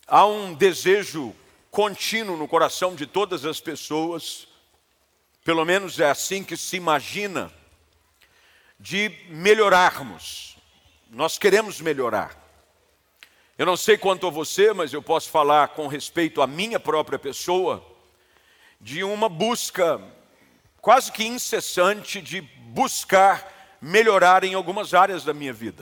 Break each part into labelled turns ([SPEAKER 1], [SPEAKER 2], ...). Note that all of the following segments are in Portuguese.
[SPEAKER 1] Há um desejo contínuo no coração de todas as pessoas, pelo menos é assim que se imagina, de melhorarmos. Nós queremos melhorar. Eu não sei quanto a você, mas eu posso falar com respeito à minha própria pessoa, de uma busca quase que incessante de buscar melhorar em algumas áreas da minha vida.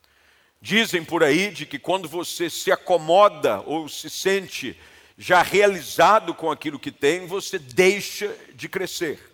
[SPEAKER 1] Dizem por aí de que quando você se acomoda ou se sente já realizado com aquilo que tem, você deixa de crescer.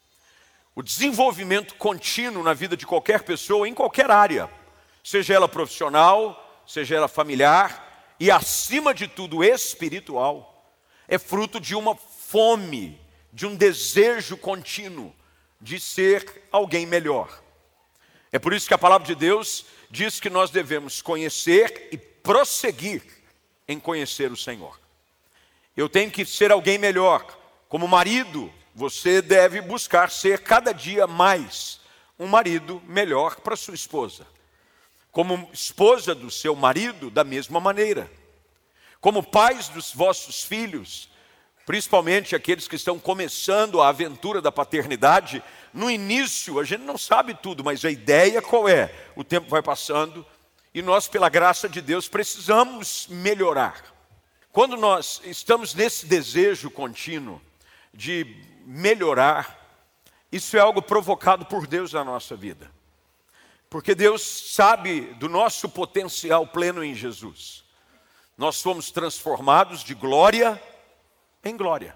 [SPEAKER 1] O desenvolvimento contínuo na vida de qualquer pessoa, em qualquer área, seja ela profissional, seja ela familiar e, acima de tudo, espiritual, é fruto de uma fome, de um desejo contínuo de ser alguém melhor. É por isso que a palavra de Deus diz que nós devemos conhecer e prosseguir em conhecer o Senhor. Eu tenho que ser alguém melhor. Como marido, você deve buscar ser cada dia mais um marido melhor para sua esposa. Como esposa do seu marido, da mesma maneira. Como pais dos vossos filhos, principalmente aqueles que estão começando a aventura da paternidade, no início a gente não sabe tudo, mas a ideia qual é? O tempo vai passando e nós, pela graça de Deus, precisamos melhorar. Quando nós estamos nesse desejo contínuo de melhorar, isso é algo provocado por Deus na nossa vida. Porque Deus sabe do nosso potencial pleno em Jesus. Nós fomos transformados de glória em glória.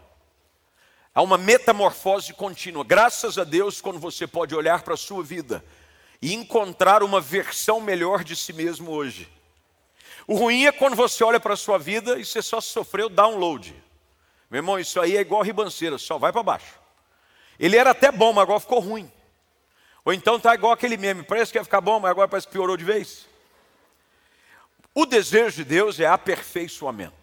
[SPEAKER 1] Há uma metamorfose contínua. Graças a Deus, quando você pode olhar para a sua vida e encontrar uma versão melhor de si mesmo hoje. O ruim é quando você olha para a sua vida e você só sofreu download. Meu irmão, isso aí é igual ribanceira, só vai para baixo. Ele era até bom, mas agora ficou ruim. Ou então está igual aquele meme, parece que ia ficar bom, mas agora parece que piorou de vez. O desejo de Deus é aperfeiçoamento.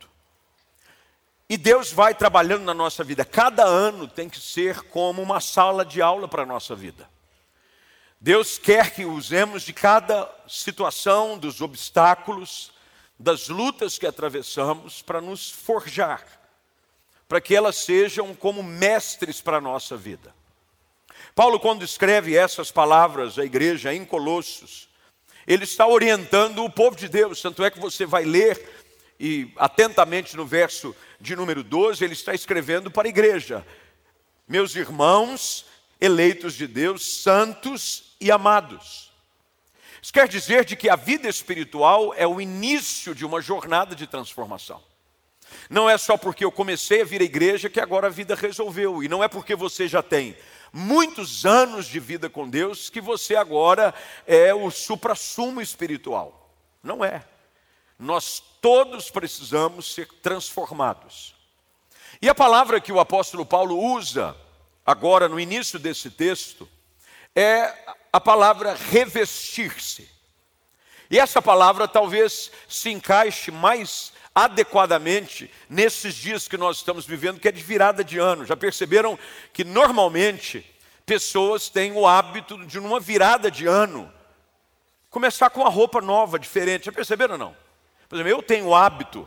[SPEAKER 1] E Deus vai trabalhando na nossa vida. Cada ano tem que ser como uma sala de aula para a nossa vida. Deus quer que usemos de cada situação, dos obstáculos, das lutas que atravessamos para nos forjar. Para que elas sejam como mestres para a nossa vida. Paulo, quando escreve essas palavras à igreja em Colossos, ele está orientando o povo de Deus. Tanto é que você vai ler e atentamente no verso de número 12, ele está escrevendo para a igreja. Meus irmãos, eleitos de Deus, santos e amados. Isso quer dizer de que a vida espiritual é o início de uma jornada de transformação. Não é só porque eu comecei a vir à igreja que agora a vida resolveu. E não é porque você já tem muitos anos de vida com Deus que você agora é o suprassumo espiritual. Não é. Nós todos precisamos ser transformados. E a palavra que o apóstolo Paulo usa agora no início desse texto é a palavra revestir-se. E essa palavra talvez se encaixe mais adequadamente nesses dias que nós estamos vivendo, que é de virada de ano. Já perceberam que normalmente pessoas têm o hábito de numa virada de ano começar com uma roupa nova, diferente. Já perceberam ou não? Por exemplo, eu tenho o hábito,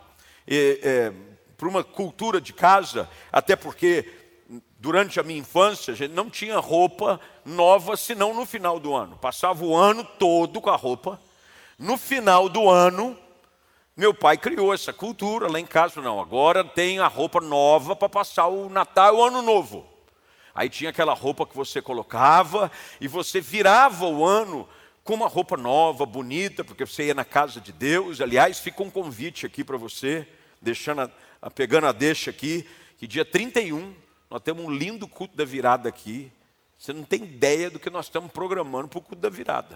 [SPEAKER 1] por uma cultura de casa, até porque durante a minha infância a gente não tinha roupa nova senão no final do ano. Passava o ano todo com a roupa. No final do ano, meu pai criou essa cultura lá em casa. Não, agora tem a roupa nova para passar o Natal e o Ano Novo. Aí tinha aquela roupa que você colocava e você virava o ano com uma roupa nova, bonita, porque você ia na casa de Deus. Aliás, fica um convite aqui para você, pegando a deixa aqui, que dia 31, nós temos um lindo culto da virada aqui. Você não tem ideia do que nós estamos programando para o culto da virada.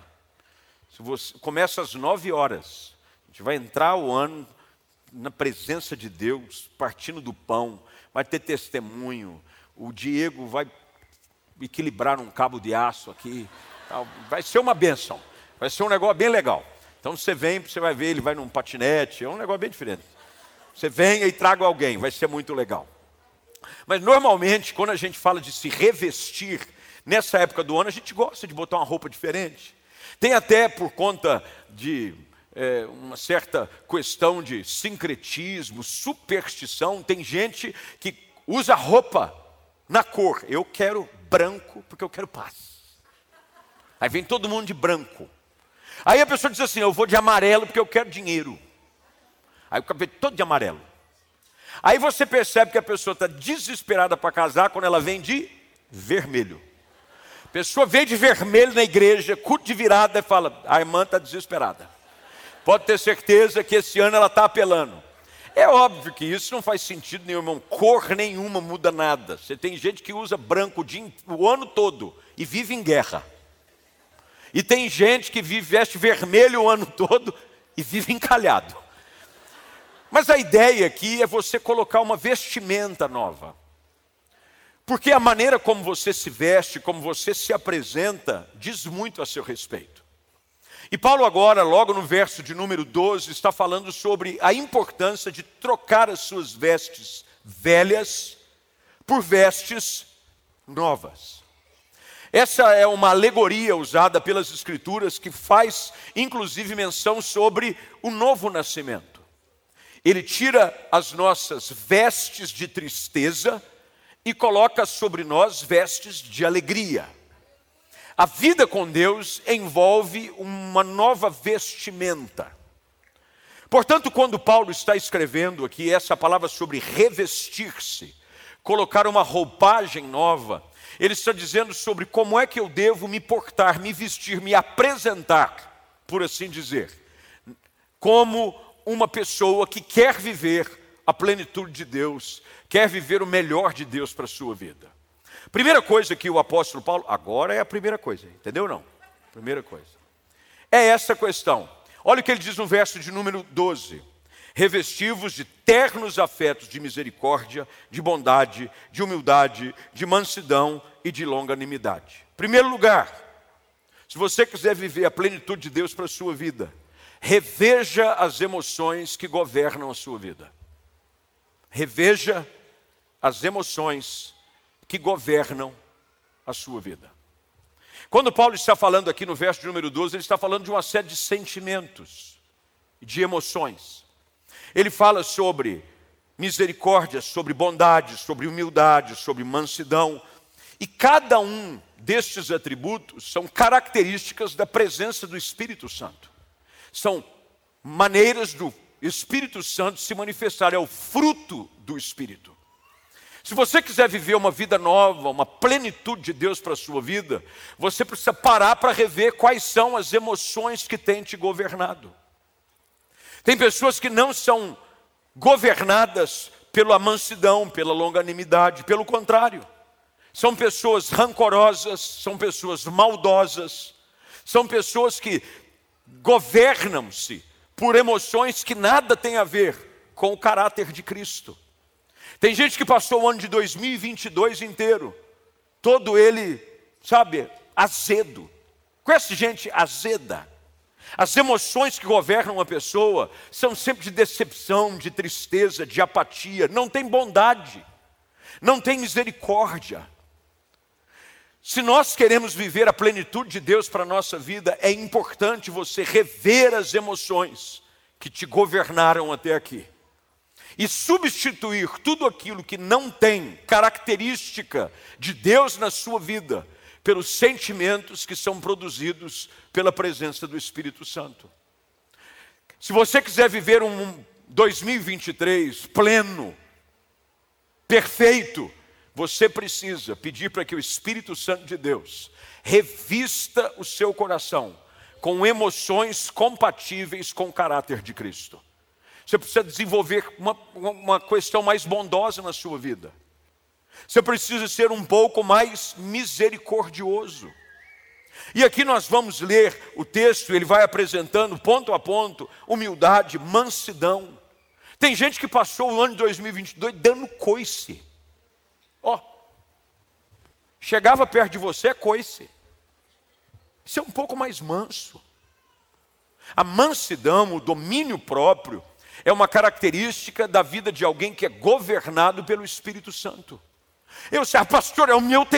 [SPEAKER 1] Começa às 9 horas. A gente vai entrar o ano na presença de Deus, partindo do pão, vai ter testemunho. O Diego vai equilibrar um cabo de aço aqui. Vai ser uma bênção, vai ser um negócio bem legal. Então você vem, você vai ver, ele vai num patinete, é um negócio bem diferente. Você venha e traga alguém, vai ser muito legal. Mas normalmente, quando a gente fala de se revestir, nessa época do ano, a gente gosta de botar uma roupa diferente. Tem até por conta de uma certa questão de sincretismo, superstição. Tem gente que usa roupa na cor. Eu quero branco porque eu quero paz. Aí vem todo mundo de branco. Aí a pessoa diz assim, eu vou de amarelo porque eu quero dinheiro. Aí o cabelo todo de amarelo. Aí você percebe que a pessoa está desesperada para casar quando ela vem de vermelho. A pessoa veio de vermelho na igreja, culto de virada, e fala, a irmã está desesperada. Pode ter certeza que esse ano ela está apelando. É óbvio que isso não faz sentido nenhum, irmão. Cor nenhuma muda nada. Você tem gente que usa branco o ano todo e vive em guerra. E tem gente que veste vermelho o ano todo e vive encalhado. Mas a ideia aqui é você colocar uma vestimenta nova. Porque a maneira como você se veste, como você se apresenta, diz muito a seu respeito. E Paulo agora, logo no verso de número 12, está falando sobre a importância de trocar as suas vestes velhas por vestes novas. Essa é uma alegoria usada pelas Escrituras que faz, inclusive, menção sobre o novo nascimento. Ele tira as nossas vestes de tristeza e coloca sobre nós vestes de alegria. A vida com Deus envolve uma nova vestimenta. Portanto, quando Paulo está escrevendo aqui essa palavra sobre revestir-se, colocar uma roupagem nova, ele está dizendo sobre como é que eu devo me portar, me vestir, me apresentar, por assim dizer, como uma pessoa que quer viver a plenitude de Deus, quer viver o melhor de Deus para a sua vida. Primeira coisa que o apóstolo Paulo, agora é a primeira coisa, entendeu ou não? Primeira coisa. É essa questão. Olha o que ele diz no verso de número 12. Revesti-vos de ternos afetos de misericórdia, de bondade, de humildade, de mansidão e de longanimidade. Primeiro lugar, se você quiser viver a plenitude de Deus para a sua vida, reveja as emoções que governam a sua vida. Reveja as emoções que governam a sua vida. Quando Paulo está falando aqui no verso de número 12, ele está falando de uma série de sentimentos, de emoções. Ele fala sobre misericórdia, sobre bondade, sobre humildade, sobre mansidão. E cada um destes atributos são características da presença do Espírito Santo. São maneiras do Espírito Santo se manifestar, é o fruto do Espírito. Se você quiser viver uma vida nova, uma plenitude de Deus para a sua vida, você precisa parar para rever quais são as emoções que têm te governado. Tem pessoas que não são governadas pela mansidão, pela longanimidade, pelo contrário. São pessoas rancorosas, são pessoas maldosas, são pessoas que governam-se por emoções que nada têm a ver com o caráter de Cristo. Tem gente que passou o ano de 2022 inteiro, todo ele, sabe, azedo. Conhece gente azeda? As emoções que governam uma pessoa são sempre de decepção, de tristeza, de apatia. Não tem bondade, não tem misericórdia. Se nós queremos viver a plenitude de Deus para a nossa vida, é importante você rever as emoções que te governaram até aqui. E substituir tudo aquilo que não tem característica de Deus na sua vida pelos sentimentos que são produzidos pela presença do Espírito Santo. Se você quiser viver um 2023 pleno, perfeito, você precisa pedir para que o Espírito Santo de Deus revista o seu coração com emoções compatíveis com o caráter de Cristo. Você precisa desenvolver uma questão mais bondosa na sua vida. Você precisa ser um pouco mais misericordioso. E aqui nós vamos ler o texto, ele vai apresentando ponto a ponto, humildade, mansidão. Tem gente que passou o ano de 2022 dando coice. Chegava perto de você, é coice. Isso é um pouco mais manso. A mansidão, o domínio próprio, é uma característica da vida de alguém que é governado pelo Espírito Santo. Eu sei, pastor, é o meu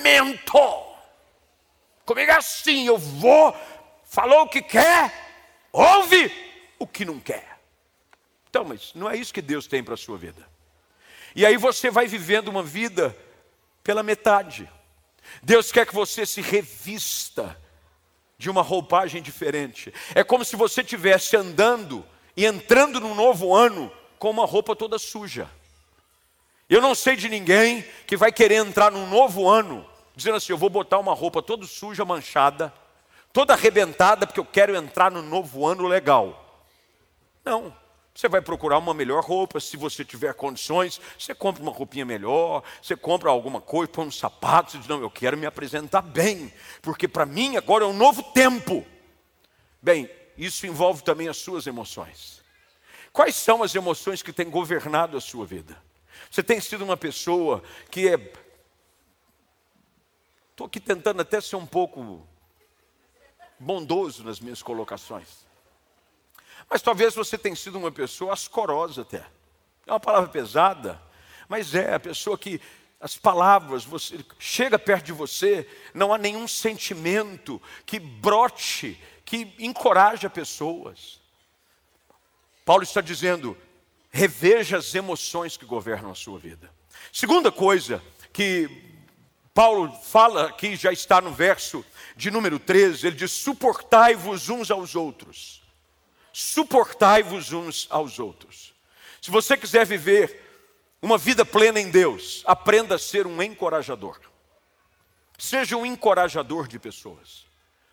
[SPEAKER 1] temperamento. Comigo é assim, eu vou, falou o que quer, ouve o que não quer. Então, mas não é isso que Deus tem para a sua vida. E aí você vai vivendo uma vida pela metade. Deus quer que você se revista de uma roupagem diferente. É como se você estivesse andando e entrando num novo ano com uma roupa toda suja. Eu não sei de ninguém que vai querer entrar num novo ano dizendo assim: eu vou botar uma roupa toda suja, manchada, toda arrebentada, porque eu quero entrar no novo ano legal. Não. Você vai procurar uma melhor roupa, se você tiver condições, você compra uma roupinha melhor, você compra alguma coisa, põe um sapato, você diz: não, eu quero me apresentar bem, porque para mim agora é um novo tempo. Bem, isso envolve também as suas emoções. Quais são as emoções que têm governado a sua vida? Você tem sido uma pessoa que estou aqui tentando até ser um pouco bondoso nas minhas colocações. Mas talvez você tenha sido uma pessoa ascorosa até. É uma palavra pesada, mas é a pessoa que as palavras, você chega perto de você, não há nenhum sentimento que brote, que encoraje pessoas. Paulo está dizendo: reveja as emoções que governam a sua vida. Segunda coisa que Paulo fala aqui, já está no verso de número 13, ele diz: suportai-vos uns aos outros. Suportai-vos uns aos outros. Se você quiser viver uma vida plena em Deus, aprenda a ser um encorajador. Seja um encorajador de pessoas.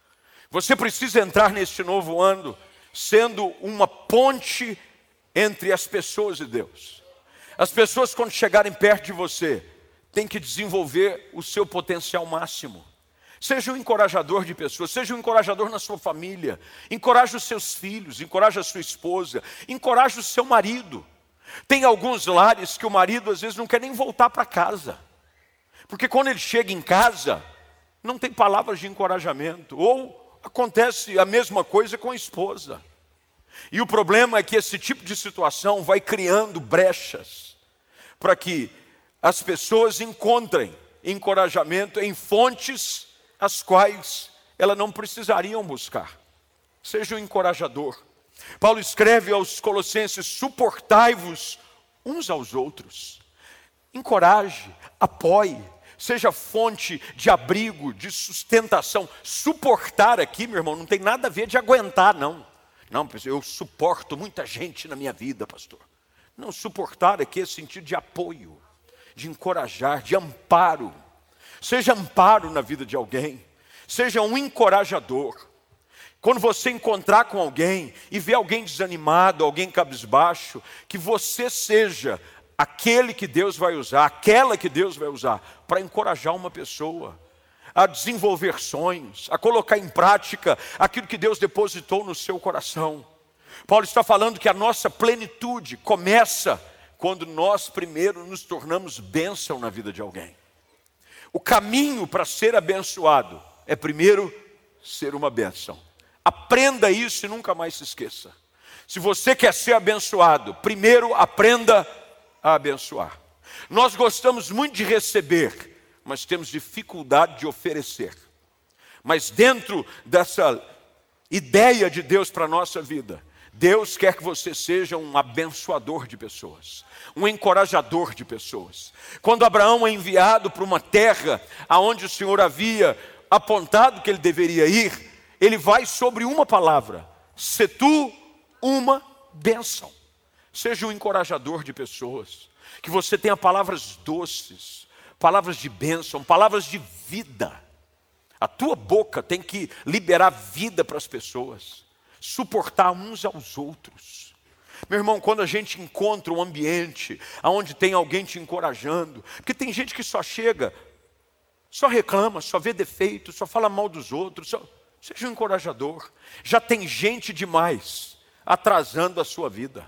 [SPEAKER 1] Você precisa entrar neste novo ano sendo uma ponte entre as pessoas e Deus. As pessoas, quando chegarem perto de você, têm que desenvolver o seu potencial máximo. Seja um encorajador de pessoas, seja um encorajador na sua família. Encoraje os seus filhos, encoraje a sua esposa, encoraje o seu marido. Tem alguns lares que o marido às vezes não quer nem voltar para casa. Porque quando ele chega em casa, não tem palavras de encorajamento. Ou acontece a mesma coisa com a esposa. E o problema é que esse tipo de situação vai criando brechas para que as pessoas encontrem encorajamento em fontes as quais elas não precisariam buscar. Seja um encorajador. Paulo escreve aos Colossenses: suportai-vos uns aos outros. Encoraje, apoie, seja fonte de abrigo, de sustentação. Suportar aqui, meu irmão, não tem nada a ver de aguentar, não. Não, eu suporto muita gente na minha vida, pastor. Não, suportar aqui é sentido de apoio, de encorajar, de amparo. Seja amparo na vida de alguém. Seja um encorajador. Quando você encontrar com alguém e ver alguém desanimado, alguém cabisbaixo, que você seja aquele que Deus vai usar, aquela que Deus vai usar para encorajar uma pessoa a desenvolver sonhos, a colocar em prática aquilo que Deus depositou no seu coração. Paulo está falando que a nossa plenitude começa quando nós primeiro nos tornamos bênção na vida de alguém. O caminho para ser abençoado é primeiro ser uma bênção. Aprenda isso e nunca mais se esqueça. Se você quer ser abençoado, primeiro aprenda a abençoar. Nós gostamos muito de receber, mas temos dificuldade de oferecer. Mas dentro dessa ideia de Deus para a nossa vida, Deus quer que você seja um abençoador de pessoas, um encorajador de pessoas. Quando Abraão é enviado para uma terra aonde o Senhor havia apontado que ele deveria ir, ele vai sobre uma palavra: se tu uma bênção. Seja um encorajador de pessoas, que você tenha palavras doces, palavras de bênção, palavras de vida. A tua boca tem que liberar vida para as pessoas. Suportar uns aos outros. Meu irmão, quando a gente encontra um ambiente onde tem alguém te encorajando, porque tem gente que só chega, só reclama, só vê defeito, só fala mal dos outros, seja um encorajador. Já tem gente demais atrasando a sua vida.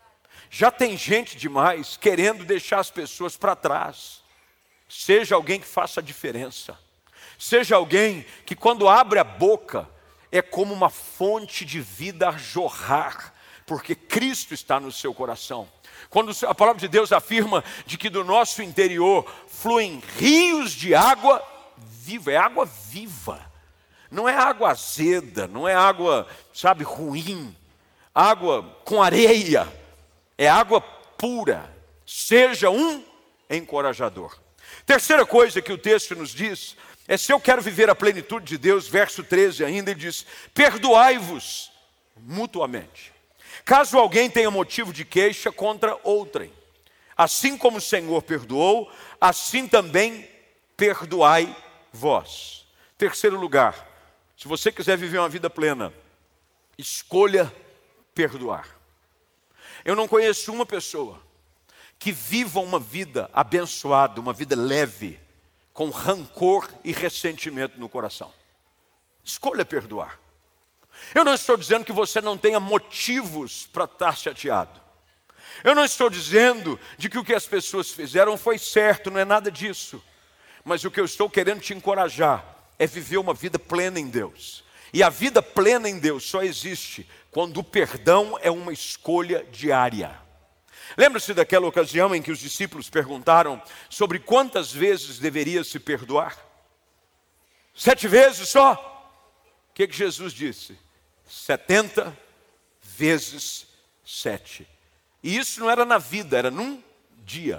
[SPEAKER 1] Já tem gente demais querendo deixar as pessoas para trás. Seja alguém que faça a diferença. Seja alguém que quando abre a boca é como uma fonte de vida a jorrar, porque Cristo está no seu coração. Quando a palavra de Deus afirma de que do nosso interior fluem rios de água viva, é água viva. não é água azeda, não é água, sabe, ruim, água com areia, é água pura. Seja um encorajador. Terceira coisa que o texto nos diz é: se eu quero viver a plenitude de Deus, verso 13 ainda, ele diz: perdoai-vos mutuamente, caso alguém tenha motivo de queixa contra outrem. Assim como o Senhor perdoou, assim também perdoai vós. Terceiro lugar, se você quiser viver uma vida plena, escolha perdoar. Eu não conheço uma pessoa que viva uma vida abençoada, uma vida leve, com rancor e ressentimento no coração. Escolha perdoar. Eu não estou dizendo que você não tenha motivos para estar chateado. Eu não estou dizendo de que o que as pessoas fizeram foi certo, não é nada disso. Mas o que eu estou querendo te encorajar é viver uma vida plena em Deus. E a vida plena em Deus só existe quando o perdão é uma escolha diária. Lembra-se daquela ocasião em que os discípulos perguntaram sobre quantas vezes deveria se perdoar? 7 vezes só? O que Jesus disse? 70 vezes 7. E isso não era na vida, era num dia.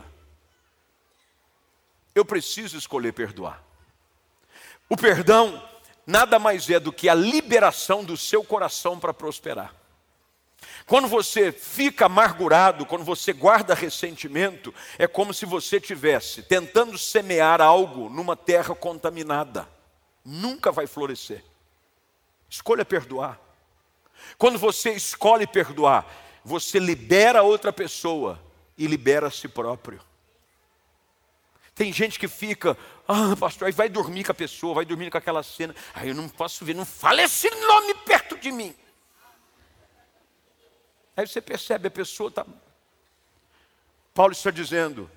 [SPEAKER 1] Eu preciso escolher perdoar. O perdão nada mais é do que a liberação do seu coração para prosperar. Quando você fica amargurado, quando você guarda ressentimento, é como se você estivesse tentando semear algo numa terra contaminada. Nunca vai florescer. Escolha perdoar. Quando você escolhe perdoar, você libera outra pessoa e libera a si próprio. Tem gente que fica, pastor, aí vai dormir com a pessoa, vai dormir com aquela cena. Aí eu não posso ver, não fala esse nome perto de mim. Aí você percebe, a pessoa está... Paulo está dizendo,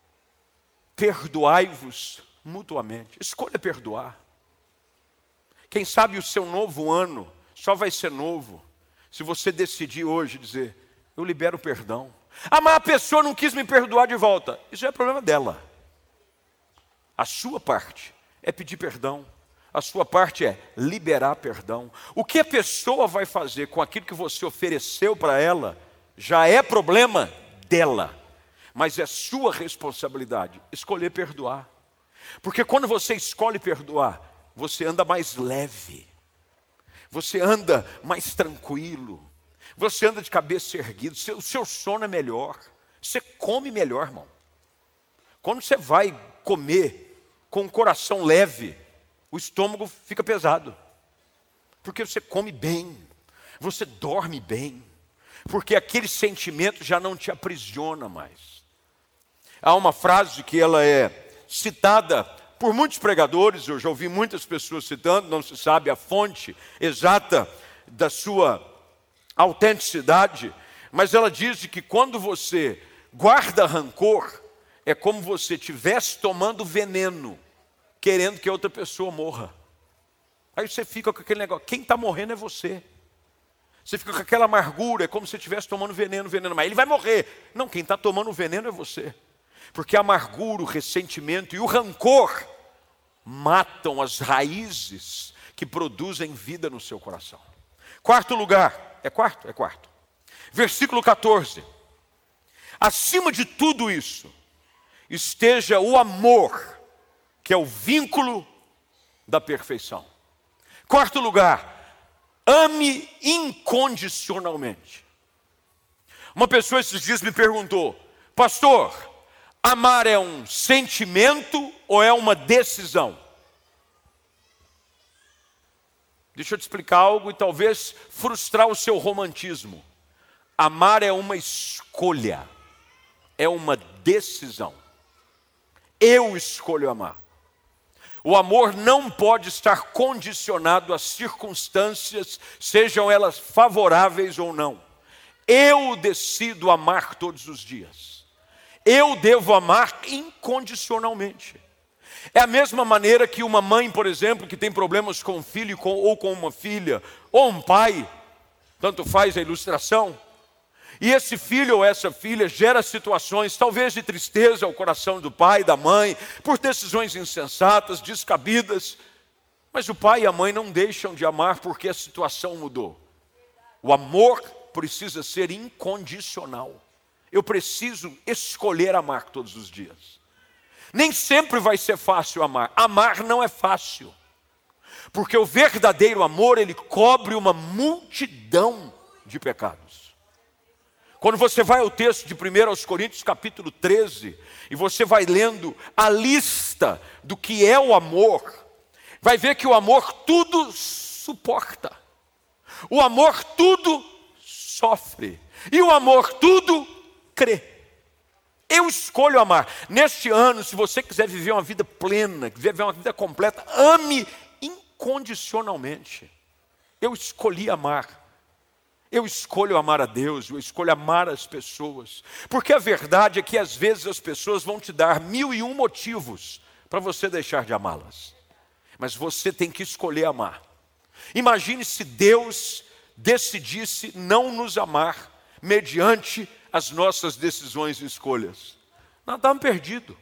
[SPEAKER 1] perdoai-vos mutuamente. Escolha perdoar. Quem sabe o seu novo ano só vai ser novo se você decidir hoje dizer, eu libero o perdão. Mas a pessoa não quis me perdoar de volta. Isso é problema dela. A sua parte é pedir perdão. A sua parte é liberar perdão. O que a pessoa vai fazer com aquilo que você ofereceu para ela, já é problema dela. Mas é sua responsabilidade escolher perdoar. Porque quando você escolhe perdoar, você anda mais leve. Você anda mais tranquilo. Você anda de cabeça erguida. O seu sono é melhor. Você come melhor, irmão. Quando você vai comer com o coração leve, o estômago fica pesado. Porque você come bem. Você dorme bem. Porque aquele sentimento já não te aprisiona mais. Há uma frase que ela é citada por muitos pregadores, eu já ouvi muitas pessoas citando, não se sabe a fonte exata da sua autenticidade, mas ela diz que quando você guarda rancor, é como você estivesse tomando veneno, querendo que outra pessoa morra. Aí você fica com aquele negócio, quem está morrendo é você. Você fica com aquela amargura, é como se estivesse tomando veneno, mas ele vai morrer. Não, quem está tomando veneno é você. Porque a amargura, o ressentimento e o rancor matam as raízes que produzem vida no seu coração. Quarto lugar, é quarto? É quarto. Versículo 14. Acima de tudo isso, esteja o amor, que é o vínculo da perfeição. Quarto lugar, ame incondicionalmente. Uma pessoa esses dias me perguntou, pastor, amar é um sentimento ou é uma decisão? Deixa eu te explicar algo e talvez frustrar o seu romantismo. Amar é uma escolha, é uma decisão. Eu escolho amar. O amor não pode estar condicionado às circunstâncias, sejam elas favoráveis ou não. Eu decido amar todos os dias. Eu devo amar incondicionalmente. É a mesma maneira que uma mãe, por exemplo, que tem problemas com um filho ou com uma filha, ou um pai, tanto faz a ilustração, e esse filho ou essa filha gera situações, talvez de tristeza ao coração do pai, da mãe, por decisões insensatas, descabidas. Mas o pai e a mãe não deixam de amar porque a situação mudou. O amor precisa ser incondicional. Eu preciso escolher amar todos os dias. Nem sempre vai ser fácil amar. Amar não é fácil. Porque o verdadeiro amor, ele cobre uma multidão de pecados. Quando você vai ao texto de 1 Coríntios capítulo 13, e você vai lendo a lista do que é o amor, vai ver que o amor tudo suporta. O amor tudo sofre. E o amor tudo crê. Eu escolho amar. Neste ano, se você quiser viver uma vida plena, viver uma vida completa, ame incondicionalmente. Eu escolhi amar. Eu escolho amar a Deus, eu escolho amar as pessoas. Porque a verdade é que às vezes as pessoas vão te dar 1001 motivos para você deixar de amá-las. Mas você tem que escolher amar. Imagine se Deus decidisse não nos amar mediante as nossas decisões e escolhas. Nós estamos perdidos.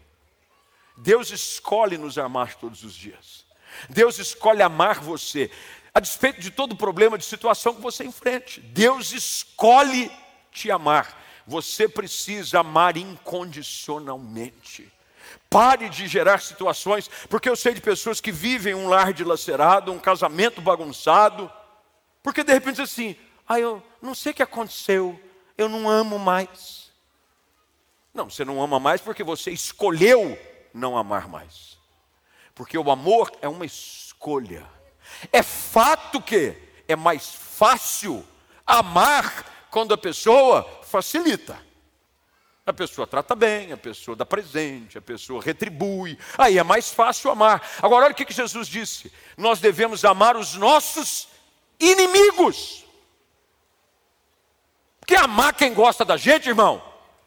[SPEAKER 1] Deus escolhe nos amar todos os dias. Deus escolhe amar você. A despeito de todo problema, de situação que você enfrente, Deus escolhe te amar. Você precisa amar incondicionalmente. Pare de gerar situações, porque eu sei de pessoas que vivem um lar dilacerado, um casamento bagunçado, porque de repente assim, eu não sei o que aconteceu, eu não amo mais. Não, você não ama mais porque você escolheu não amar mais. Porque o amor é uma escolha. É fato que é mais fácil amar quando a pessoa facilita. A pessoa trata bem, a pessoa dá presente, a pessoa retribui. Aí é mais fácil amar. Agora olha o que Jesus disse. Nós devemos amar os nossos inimigos. Porque amar quem gosta da gente, irmão,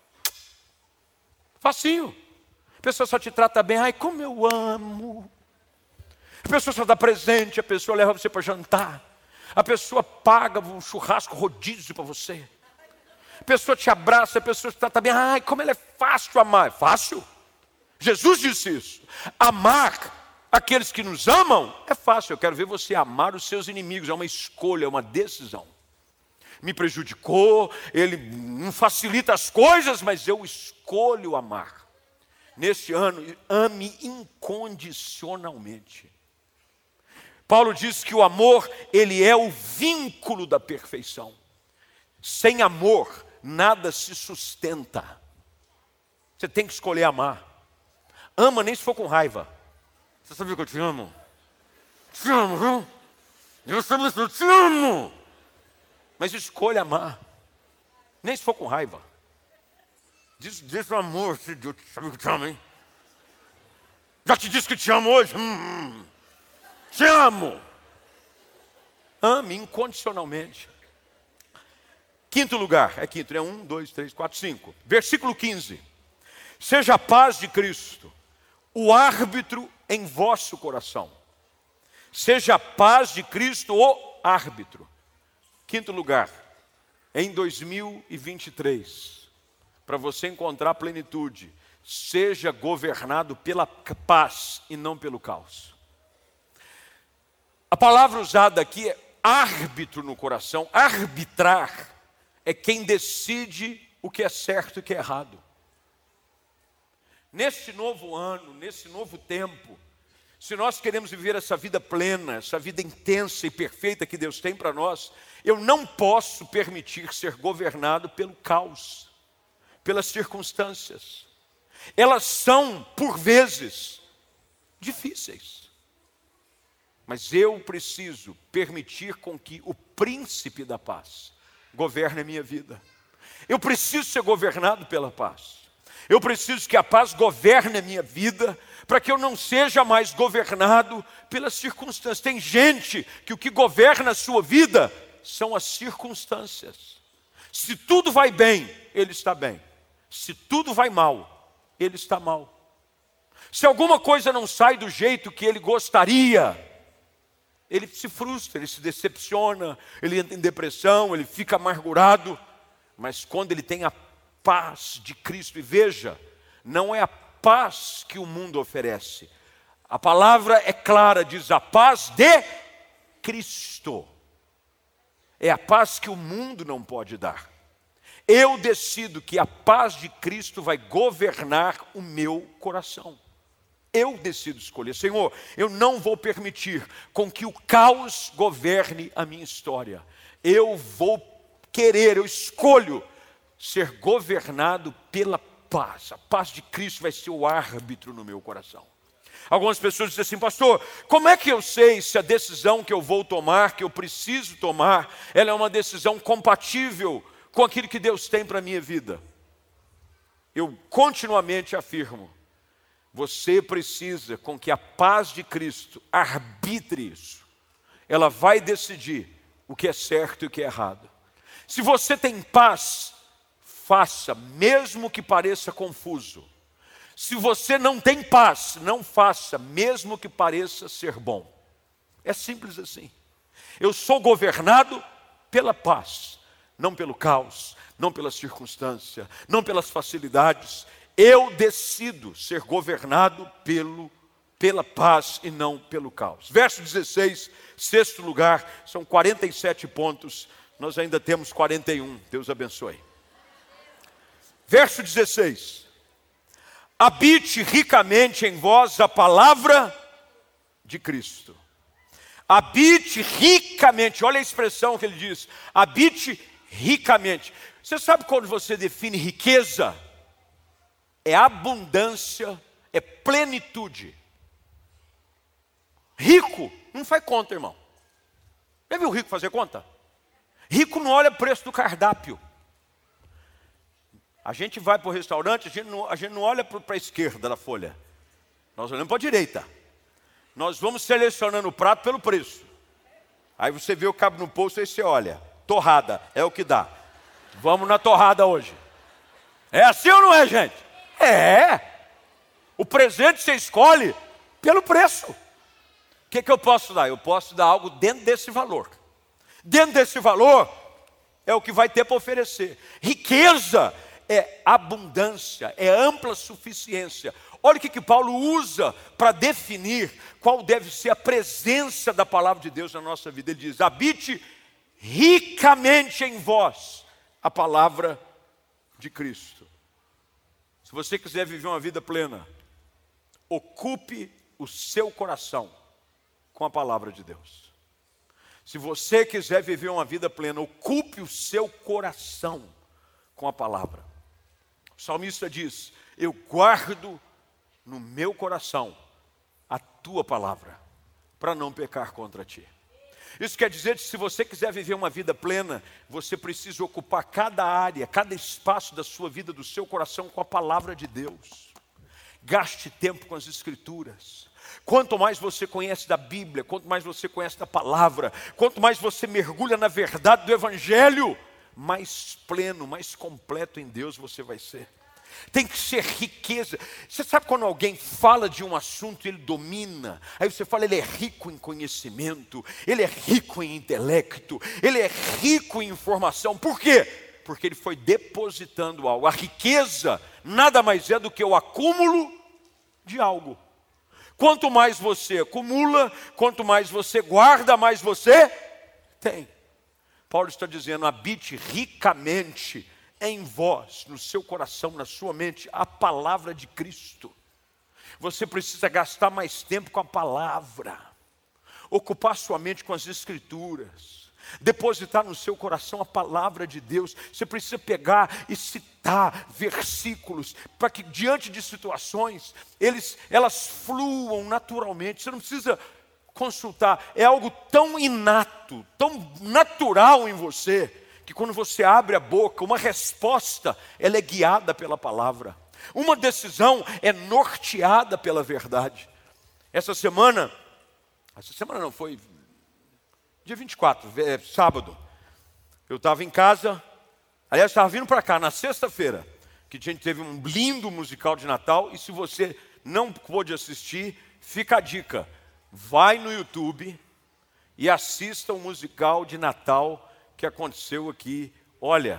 [SPEAKER 1] facinho. A pessoa só te trata bem. Ai, como eu amo. A pessoa só dá presente, a pessoa leva você para jantar. A pessoa paga um churrasco rodízio para você. A pessoa te abraça, a pessoa te trata bem. Ai, como ela é fácil amar. É fácil? Jesus disse isso. Amar aqueles que nos amam é fácil. Eu quero ver você amar os seus inimigos. É uma escolha, é uma decisão. Me prejudicou, ele não facilita as coisas, mas eu escolho amar. Neste ano, ame incondicionalmente. Paulo diz que o amor, ele é o vínculo da perfeição. Sem amor, nada se sustenta. Você tem que escolher amar. Ama nem se for com raiva. Você sabia que eu te amo? Te amo, viu? Deus sabe isso, eu te amo. Mas escolha amar. Nem se for com raiva. Diz o amor, se Deus sabe que te amo, hein? Já te disse que te amo hoje? Te amo. Ame incondicionalmente. Quinto lugar, é quinto, né? 1, 2, 3, 4, 5. Versículo 15. Seja a paz de Cristo o árbitro em vosso coração. Seja a paz de Cristo o árbitro. Quinto lugar, em 2023, para você encontrar plenitude, seja governado pela paz e não pelo caos. A palavra usada aqui é árbitro no coração. Arbitrar é quem decide o que é certo e o que é errado. Neste novo ano, nesse novo tempo, se nós queremos viver essa vida plena, essa vida intensa e perfeita que Deus tem para nós, eu não posso permitir ser governado pelo caos, pelas circunstâncias. Elas são, por vezes, difíceis. Mas eu preciso permitir com que o príncipe da paz governe a minha vida. Eu preciso ser governado pela paz. Eu preciso que a paz governe a minha vida, para que eu não seja mais governado pelas circunstâncias. Tem gente que o que governa a sua vida são as circunstâncias. Se tudo vai bem, ele está bem. Se tudo vai mal, ele está mal. Se alguma coisa não sai do jeito que ele gostaria, ele se frustra, ele se decepciona, ele entra em depressão, ele fica amargurado. Mas quando ele tem a paz de Cristo, e veja, não é a paz que o mundo oferece. A palavra é clara, diz a paz de Cristo. É a paz que o mundo não pode dar. Eu decido que a paz de Cristo vai governar o meu coração. Eu decido escolher. Senhor, eu não vou permitir com que o caos governe a minha história. Eu escolho ser governado pela paz. A paz de Cristo vai ser o árbitro no meu coração. Algumas pessoas dizem assim: pastor, como é que eu sei se a decisão que eu vou tomar, que eu preciso tomar, ela é uma decisão compatível com aquilo que Deus tem para a minha vida? Eu continuamente afirmo: você precisa com que a paz de Cristo arbitre isso. Ela vai decidir o que é certo e o que é errado. Se você tem paz, faça, mesmo que pareça confuso. Se você não tem paz, não faça, mesmo que pareça ser bom. É simples assim. Eu sou governado pela paz, não pelo caos, não pela circunstância, não pelas facilidades. Eu decido ser governado pela paz e não pelo caos. Verso 16, sexto lugar, são 47 pontos, nós ainda temos 41, Deus abençoe. Verso 16. Habite ricamente em vós a palavra de Cristo. Habite ricamente, olha a expressão que ele diz, habite ricamente. Você sabe quando você define riqueza? É abundância, é plenitude. Rico não faz conta, irmão. Já viu o rico fazer conta? Rico não olha o preço do cardápio. A gente vai para o restaurante, a gente não olha para a esquerda da folha. Nós olhamos para a direita. Nós vamos selecionando o prato pelo preço. Aí você vê o cabo no posto e você olha. Torrada, é o que dá. Vamos na torrada hoje. É assim ou não é, gente? É. O presente você escolhe pelo preço. O que eu posso dar? Eu posso dar algo dentro desse valor. Dentro desse valor é o que vai ter para oferecer. Riqueza é abundância, é ampla suficiência. Olha o que Paulo usa para definir qual deve ser a presença da palavra de Deus na nossa vida. Ele diz: habite ricamente em vós a palavra de Cristo. Se você quiser viver uma vida plena, ocupe o seu coração com a palavra de Deus. Se você quiser viver uma vida plena, ocupe o seu coração com a palavra. O salmista diz: eu guardo no meu coração a tua palavra, para não pecar contra ti. Isso quer dizer que se você quiser viver uma vida plena, você precisa ocupar cada área, cada espaço da sua vida, do seu coração com a palavra de Deus. Gaste tempo com as Escrituras. Quanto mais você conhece da Bíblia, quanto mais você conhece da palavra, quanto mais você mergulha na verdade do Evangelho, mais pleno, mais completo em Deus você vai ser. Tem que ser riqueza. Você sabe quando alguém fala de um assunto e ele domina, aí você fala: ele é rico em conhecimento, ele é rico em intelecto, ele é rico em informação. Por quê? Porque ele foi depositando algo. A riqueza nada mais é do que o acúmulo de algo. Quanto mais você acumula, quanto mais você guarda, mais você tem. Paulo está dizendo: habite ricamente em vós, no seu coração, na sua mente, a palavra de Cristo. Você precisa gastar mais tempo com a palavra, ocupar sua mente com as Escrituras, depositar no seu coração a palavra de Deus. Você precisa pegar e citar versículos, para que diante de situações, elas fluam naturalmente. Você não precisa consultar, é algo tão inato, tão natural em você, que quando você abre a boca, uma resposta, ela é guiada pela palavra. Uma decisão é norteada pela verdade. Essa semana não, foi dia 24, sábado. Eu estava em casa, aliás, estava vindo para cá na sexta-feira, que a gente teve um lindo musical de Natal. E se você não pôde assistir, fica a dica. Vai no YouTube e assista o musical de Natal que aconteceu aqui. Olha,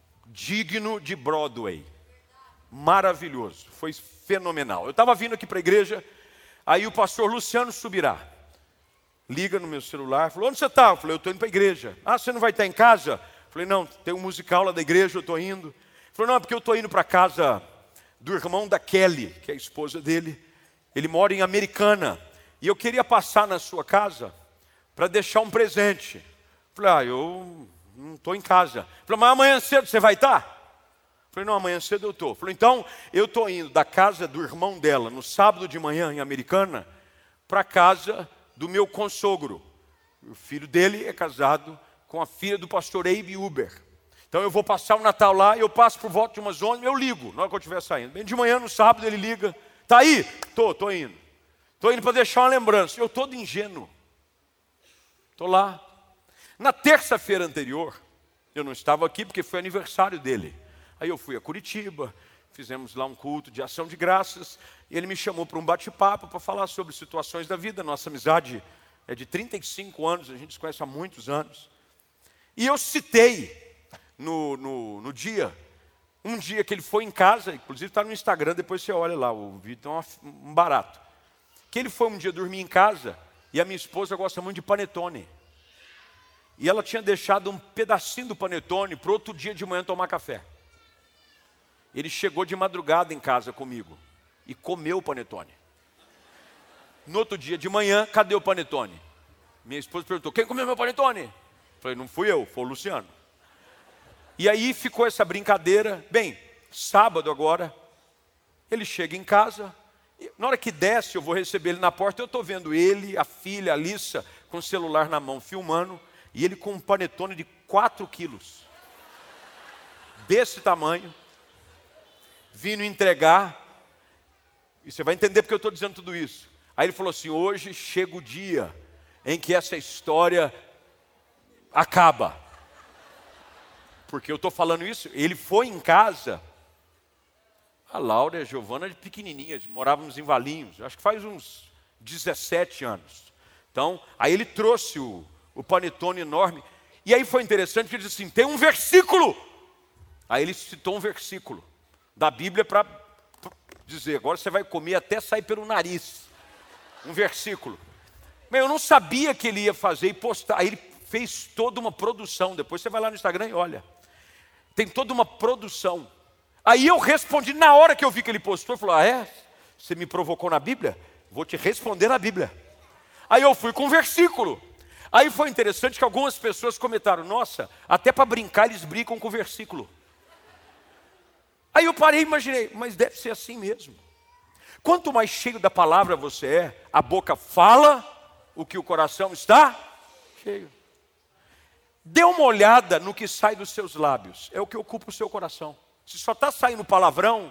[SPEAKER 1] digno de Broadway, maravilhoso, foi fenomenal. Eu estava vindo aqui para a igreja, Aí o pastor Luciano Subirá liga no meu celular, falou: onde você está? Eu falei: eu estou indo para a igreja. Ah, você não vai estar em casa? Eu falei: não, tem um musical lá da igreja, eu estou indo. Ele falou: não, é porque eu estou indo para a casa do irmão da Kelly, que é a esposa dele. Ele mora em Americana. E eu queria passar na sua casa para deixar um presente. Eu falei: ah, eu não estou em casa. Ele falou: mas amanhã cedo você vai estar? Eu falei: não, amanhã cedo eu estou. Ele falou: então, eu estou indo da casa do irmão dela, no sábado de manhã, em Americana, para a casa do meu consogro. O filho dele é casado com a filha do pastor Abe Uber. Então eu vou passar o Natal lá, eu passo por volta de umas 11, eu ligo, na hora que eu estiver saindo. Bem de manhã, no sábado, ele liga: está aí? Estou indo. Estou indo para deixar uma lembrança. Eu todo ingênuo. Estou lá. Na terça-feira anterior, eu não estava aqui porque foi aniversário dele. Aí eu fui a Curitiba, fizemos lá um culto de ação de graças, e ele me chamou para um bate-papo para falar sobre situações da vida. Nossa amizade é de 35 anos, a gente se conhece há muitos anos. E eu citei no dia, um dia que ele foi em casa, inclusive está no Instagram, depois você olha lá, o vídeo é um barato. Que ele foi um dia dormir em casa, e a minha esposa gosta muito de panetone. E ela tinha deixado um pedacinho do panetone para outro dia de manhã tomar café. Ele chegou de madrugada em casa comigo e comeu o panetone. No outro dia de manhã, cadê o panetone? Minha esposa perguntou: quem comeu meu panetone? Eu falei: não fui eu, foi o Luciano. E aí ficou essa brincadeira. Bem, sábado agora, ele chega em casa, e na hora que desce, eu vou receber ele na porta, eu estou vendo ele, a filha, a Alissa, com o celular na mão, filmando, e ele com um panetone de 4 quilos, desse tamanho, vindo entregar. E você vai entender porque eu estou dizendo tudo isso. Aí ele falou assim: hoje chega o dia em que essa história acaba. Porque eu estou falando isso, ele foi em casa, a Laura e a Giovana de pequenininhas, morávamos em Valinhos, acho que faz uns 17 anos. Então, aí ele trouxe o panetone enorme, e aí foi interessante, porque ele disse assim: tem um versículo. Aí ele citou um versículo da Bíblia para dizer: agora você vai comer até sair pelo nariz. Um versículo. Mas eu não sabia que ele ia fazer e postar. Aí ele fez toda uma produção. Depois você vai lá no Instagram e olha. Tem toda uma produção. Aí eu respondi, na hora que eu vi que ele postou, ele falou: ah, é? Você me provocou na Bíblia? Vou te responder na Bíblia. Aí eu fui com um versículo. Aí foi interessante que algumas pessoas comentaram: nossa, até para brincar eles brincam com o versículo. Aí eu parei e imaginei: mas deve ser assim mesmo. Quanto mais cheio da palavra você é, a boca fala o que o coração está cheio. Dê uma olhada no que sai dos seus lábios, é o que ocupa o seu coração. Se só está saindo palavrão,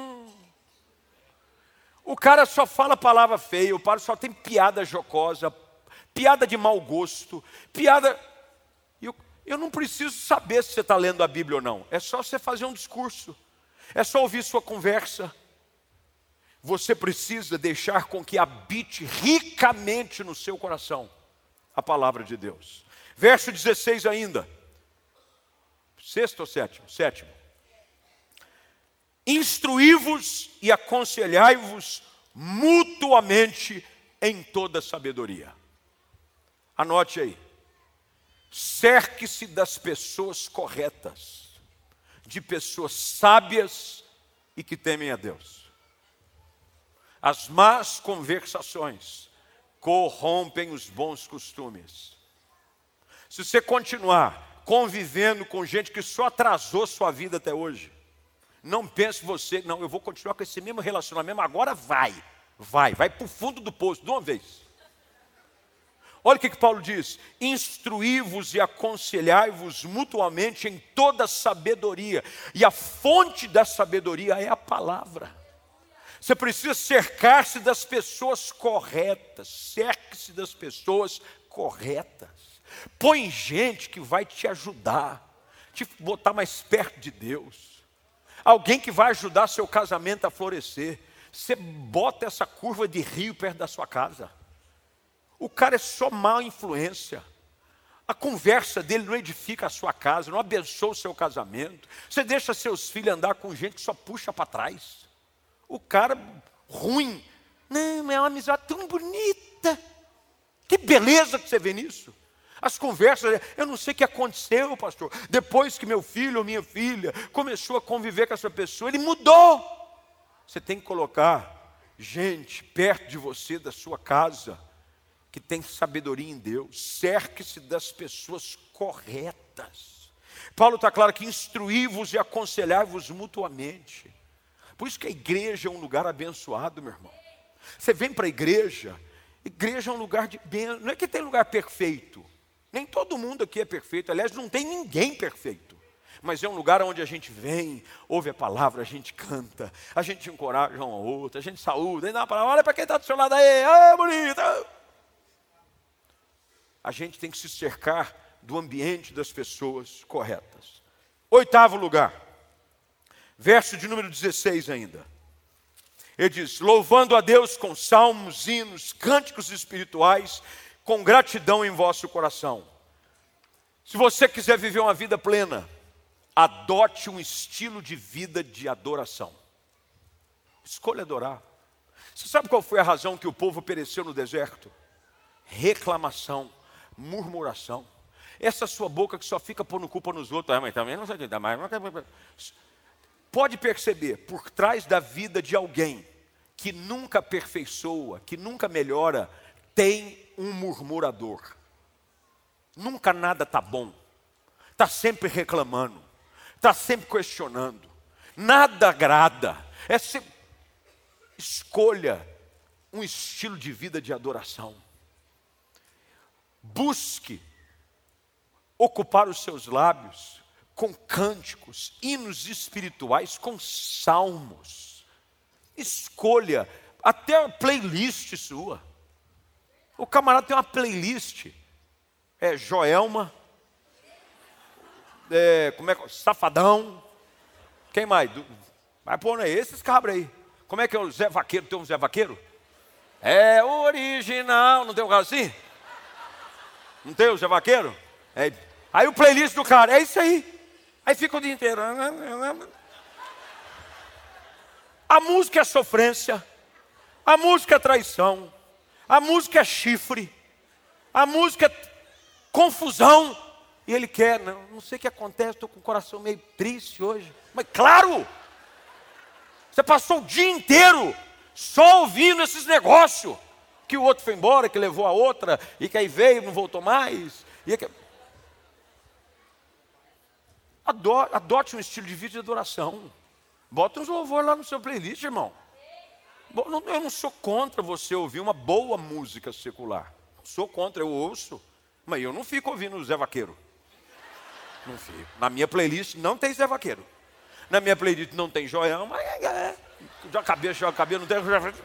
[SPEAKER 1] o cara só fala palavra feia, o cara só tem piada jocosa, piada de mau gosto, piada... Eu não preciso saber se você está lendo a Bíblia ou não, é só você fazer um discurso, é só ouvir sua conversa. Você precisa deixar com que habite ricamente no seu coração a palavra de Deus. Verso 16 ainda. Sexto ou sétimo? Sétimo. Instruí-vos e aconselhai-vos mutuamente em toda sabedoria. Anote aí. Cerque-se das pessoas corretas, de pessoas sábias e que temem a Deus. As más conversações corrompem os bons costumes. Se você continuar convivendo com gente que só atrasou sua vida até hoje, não pense você: não, eu vou continuar com esse mesmo relacionamento, agora vai para o fundo do poço, de uma vez. Olha o que Paulo diz: instruí-vos e aconselhai-vos mutuamente em toda sabedoria, e a fonte da sabedoria é a palavra. Você precisa cercar-se das pessoas corretas, cerque-se das pessoas corretas. Põe gente que vai te ajudar, te botar mais perto de Deus. Alguém que vai ajudar seu casamento a florescer. Você bota essa curva de rio perto da sua casa. O cara é só má influência. A conversa dele não edifica a sua casa, não abençoa o seu casamento. Você deixa seus filhos andar com gente que só puxa para trás. O cara ruim Não, é uma amizade tão bonita. Que beleza que você vê nisso. As conversas, eu não sei o que aconteceu, pastor. Depois que meu filho ou minha filha começou a conviver com essa pessoa, ele mudou. Você tem que colocar gente perto de você, da sua casa, que tem sabedoria em Deus. Cerque-se das pessoas corretas. Paulo está claro que instruí-vos e aconselhai-vos mutuamente. Por isso que a igreja é um lugar abençoado, meu irmão. Você vem para a igreja é um lugar de bênção. Não é que tem lugar perfeito. Nem todo mundo aqui é perfeito. Aliás, não tem ninguém perfeito. Mas é um lugar onde a gente vem, ouve a palavra, a gente canta, a gente encoraja um ao outro, a gente saúda, e dá uma palavra, olha para quem está do seu lado aí, bonita. A gente tem que se cercar do ambiente das pessoas corretas. 8º lugar, verso de número 16 ainda. Ele diz, louvando a Deus com salmos, hinos, cânticos espirituais, com gratidão em vosso coração. Se você quiser viver uma vida plena, adote um estilo de vida de adoração. Escolha adorar. Você sabe qual foi a razão que o povo pereceu no deserto? Reclamação, murmuração. Essa sua boca que só fica pondo culpa nos outros. Mas também não sei o que, mais. Pode perceber, por trás da vida de alguém que nunca aperfeiçoa, que nunca melhora, tem um murmurador. Nunca nada está bom. Está sempre reclamando. Está sempre questionando. Nada agrada. Escolha um estilo de vida de adoração. Busque ocupar os seus lábios com cânticos, hinos espirituais, com salmos. Escolha até uma playlist sua. O camarada tem uma playlist. Joelma. Safadão. Quem mais? Vai pôr aí, esses cabras aí. Como é que é o Zé Vaqueiro? Tem um Zé Vaqueiro? É original. Não tem um cara assim? Não tem o Zé Vaqueiro? Aí o playlist do cara, é isso aí. Aí fica o dia inteiro. A música é sofrência. A música é traição. A música é chifre. A música é confusão. E ele quer, não sei o que acontece, estou com o coração meio triste hoje. Mas claro! Você passou o dia inteiro só ouvindo esses negócios. Que o outro foi embora, que levou a outra, e que aí veio e não voltou mais. Adote um estilo de vida de adoração. Bota uns louvores lá no seu playlist, irmão. Eu não sou contra você ouvir uma boa música secular. Não sou contra, eu ouço. Mas eu não fico ouvindo o Zé Vaqueiro. Não fico. Na minha playlist não tem Zé Vaqueiro. Na minha playlist não tem Joelma. Mas joga cabelo, não tem.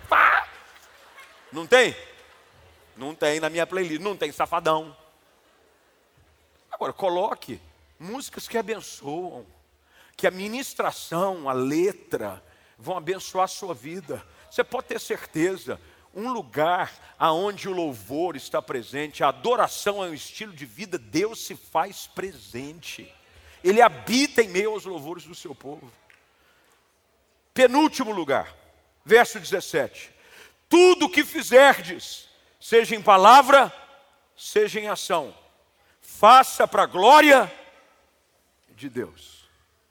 [SPEAKER 1] Não tem? Não tem na minha playlist. Não tem Safadão. Agora, coloque músicas que abençoam. Que a ministração, a letra, vão abençoar a sua vida. Você pode ter certeza. Um lugar aonde o louvor está presente, a adoração é um estilo de vida, Deus se faz presente. Ele habita em meio aos louvores do seu povo. Penúltimo lugar, verso 17. Tudo o que fizerdes, seja em palavra, seja em ação, faça para a glória de Deus.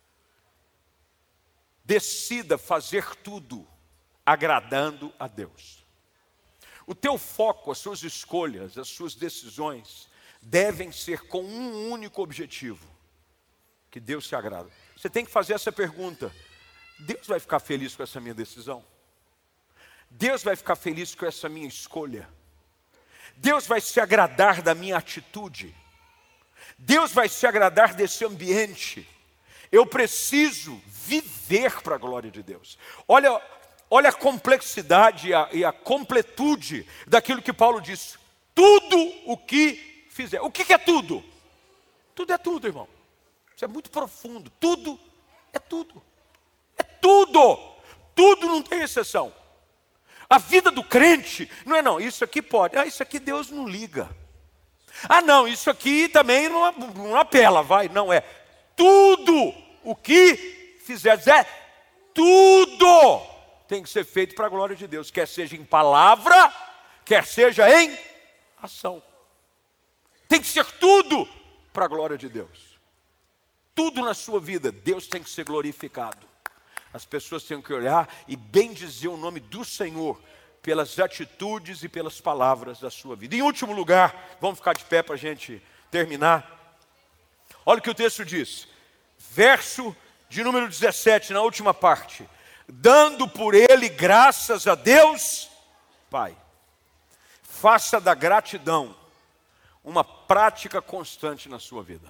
[SPEAKER 1] Decida fazer tudo agradando a Deus. O teu foco, as suas escolhas, as suas decisões devem ser com um único objetivo: que Deus se agrada. Você tem que fazer essa pergunta: Deus vai ficar feliz com essa minha decisão? Deus vai ficar feliz com essa minha escolha? Deus vai se agradar da minha atitude? Deus vai se agradar desse ambiente? Eu preciso viver para a glória de Deus. Olha a complexidade e a completude daquilo que Paulo diz. Tudo o que fizer. O que é tudo? Tudo é tudo, irmão. Isso é muito profundo. Tudo é tudo. É tudo. Tudo, não tem exceção. A vida do crente não, isso aqui pode. Isso aqui Deus não liga. Não, isso aqui também não apela, vai. Não é. Tudo o que fizer. É tudo. tem que ser feito para a glória de Deus, quer seja em palavra, quer seja em ação. Tem que ser tudo para a glória de Deus. Tudo na sua vida, Deus tem que ser glorificado. As pessoas têm que olhar e bendizer o nome do Senhor pelas atitudes e pelas palavras da sua vida. Em último lugar, vamos ficar de pé para a gente terminar. Olha o que o texto diz. Verso de número 17, na última parte. Dando por ele graças a Deus, Pai. Faça da gratidão uma prática constante na sua vida.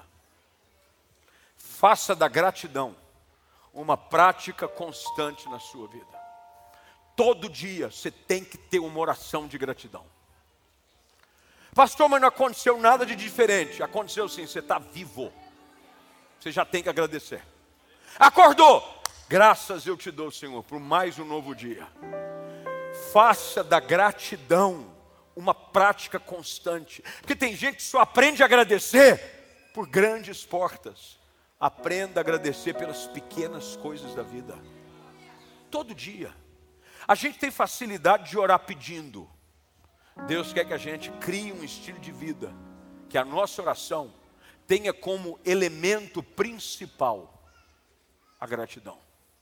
[SPEAKER 1] Faça da gratidão uma prática constante na sua vida. Todo dia você tem que ter uma oração de gratidão. Pastor, mas não aconteceu nada de diferente. Aconteceu sim, você está vivo. Você já tem que agradecer. Acordou. Graças eu te dou, Senhor, por mais um novo dia. Faça da gratidão uma prática constante. Porque tem gente que só aprende a agradecer por grandes portas. Aprenda a agradecer pelas pequenas coisas da vida. Todo dia. A gente tem facilidade de orar pedindo. Deus quer que a gente crie um estilo de vida, que a nossa oração tenha como elemento principal a gratidão.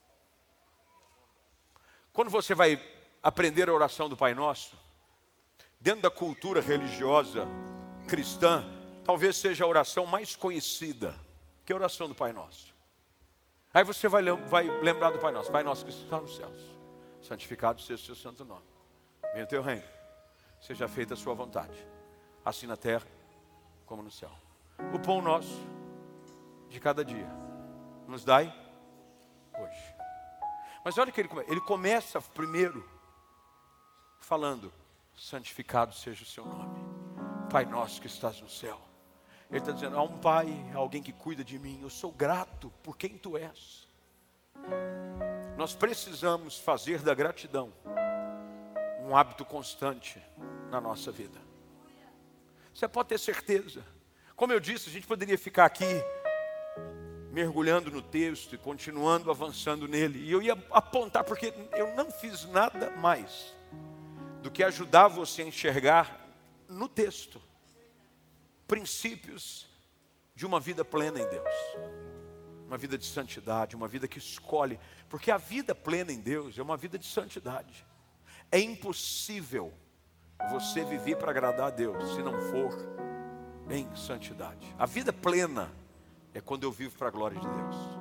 [SPEAKER 1] Quando você vai aprender a oração do Pai Nosso, dentro da cultura religiosa cristã, talvez seja a oração mais conhecida, que é a oração do Pai Nosso. Aí você vai lembrar do Pai Nosso. Pai Nosso que está nos céus, santificado seja o seu santo nome. Venha o teu reino, seja feita a sua vontade, assim na terra como no céu. O pão nosso de cada dia nos dai hoje. Mas olha que ele começa primeiro falando: santificado seja o seu nome, Pai nosso que estás no céu. Ele está dizendo, há um pai, alguém que cuida de mim, eu sou grato por quem tu és. Nós precisamos fazer da gratidão um hábito constante na nossa vida. Você pode ter certeza. Como eu disse, a gente poderia ficar aqui mergulhando no texto e continuando avançando nele. E eu ia apontar, porque eu não fiz nada mais do que ajudar você a enxergar no texto princípios de uma vida plena em Deus. Uma vida de santidade, uma vida que escolhe. Porque a vida plena em Deus é uma vida de santidade. É impossível você viver para agradar a Deus se não for em santidade. A vida plena é quando eu vivo para a glória de Deus.